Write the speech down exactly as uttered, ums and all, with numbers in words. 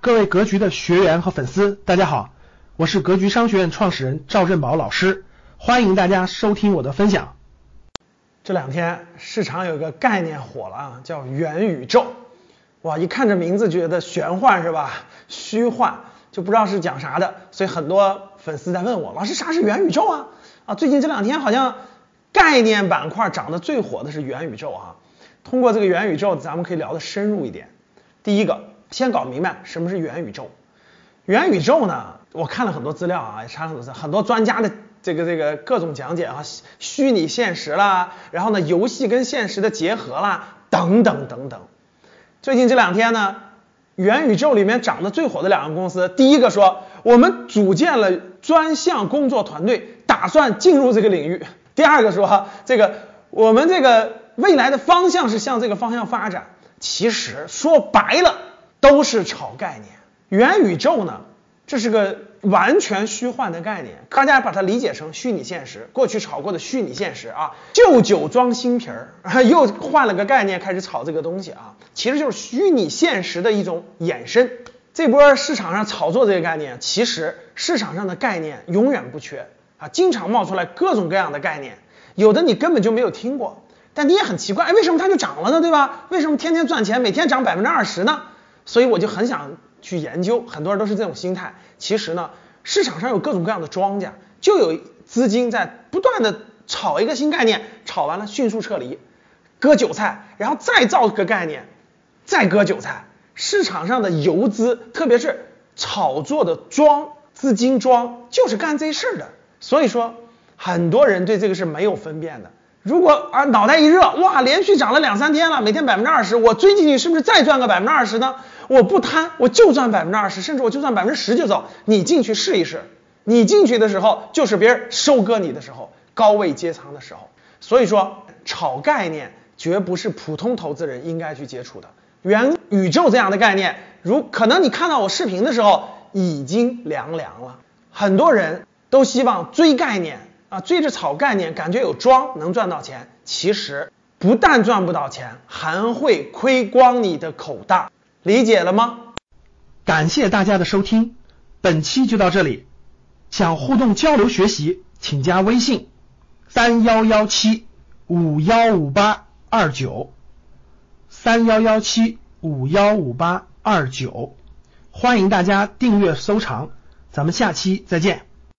各位格局的学员和粉丝，大家好，我是格局商学院创始人赵振宝老师，欢迎大家收听我的分享。 这两天市场有个概念火了啊，叫元宇宙。哇，一看这名字觉得玄幻是吧？虚幻，就不知道是讲啥的，所以很多粉丝在问我，老师啥是元宇宙啊？啊，最近这两天好像概念板块涨得最火的是元宇宙啊。通过这个元宇宙，咱们可以聊得深入一点。第一个，先搞明白什么是元宇宙。元宇宙呢，我看了很多资料啊，也查了很多资料，很多专家的这个这个各种讲解啊，虚拟现实啦，然后呢，游戏跟现实的结合啦，等等等等。最近这两天呢，元宇宙里面涨得最火的两个公司，第一个说我们组建了专项工作团队，打算进入这个领域。第二个说这个我们这个未来的方向是向这个方向发展。其实说白了都是炒概念。元宇宙呢，这是个完全虚幻的概念，大家把它理解成虚拟现实，过去炒过的虚拟现实啊，旧酒装新瓶儿，又换了个概念开始炒这个东西啊，其实就是虚拟现实的一种衍生。这波市场上炒作这个概念，其实市场上的概念永远不缺啊，经常冒出来各种各样的概念，有的你根本就没有听过，但你也很奇怪，哎，为什么它就涨了呢，对吧？为什么天天赚钱，每天涨百分之二十呢？所以我就很想去研究，很多人都是这种心态。其实呢，市场上有各种各样的庄家，就有资金在不断的炒一个新概念，炒完了迅速撤离，割韭菜，然后再造个概念，再割韭菜。市场上的游资，特别是炒作的庄，资金庄，就是干这事儿的。所以说，很多人对这个是没有分辨的。如果啊脑袋一热，哇，连续涨了两三天了，每天百分之二十，我追进去是不是再赚个百分之二十呢？我不贪，我就赚百分之二十，甚至我就赚百分之十就走。你进去试一试，你进去的时候就是别人收割你的时候，高位接仓的时候。所以说，炒概念绝不是普通投资人应该去接触的。元宇宙这样的概念，如可能你看到我视频的时候已经凉凉了。很多人都希望追概念啊，追着炒概念，感觉有庄能赚到钱，其实不但赚不到钱，还会亏光你的口袋，理解了吗？ 感谢大家的收听，本期就到这里。想互动交流学习，请加微信三一一七五一五八二九三一一七五一五八二九，欢迎大家订阅收藏，咱们下期再见。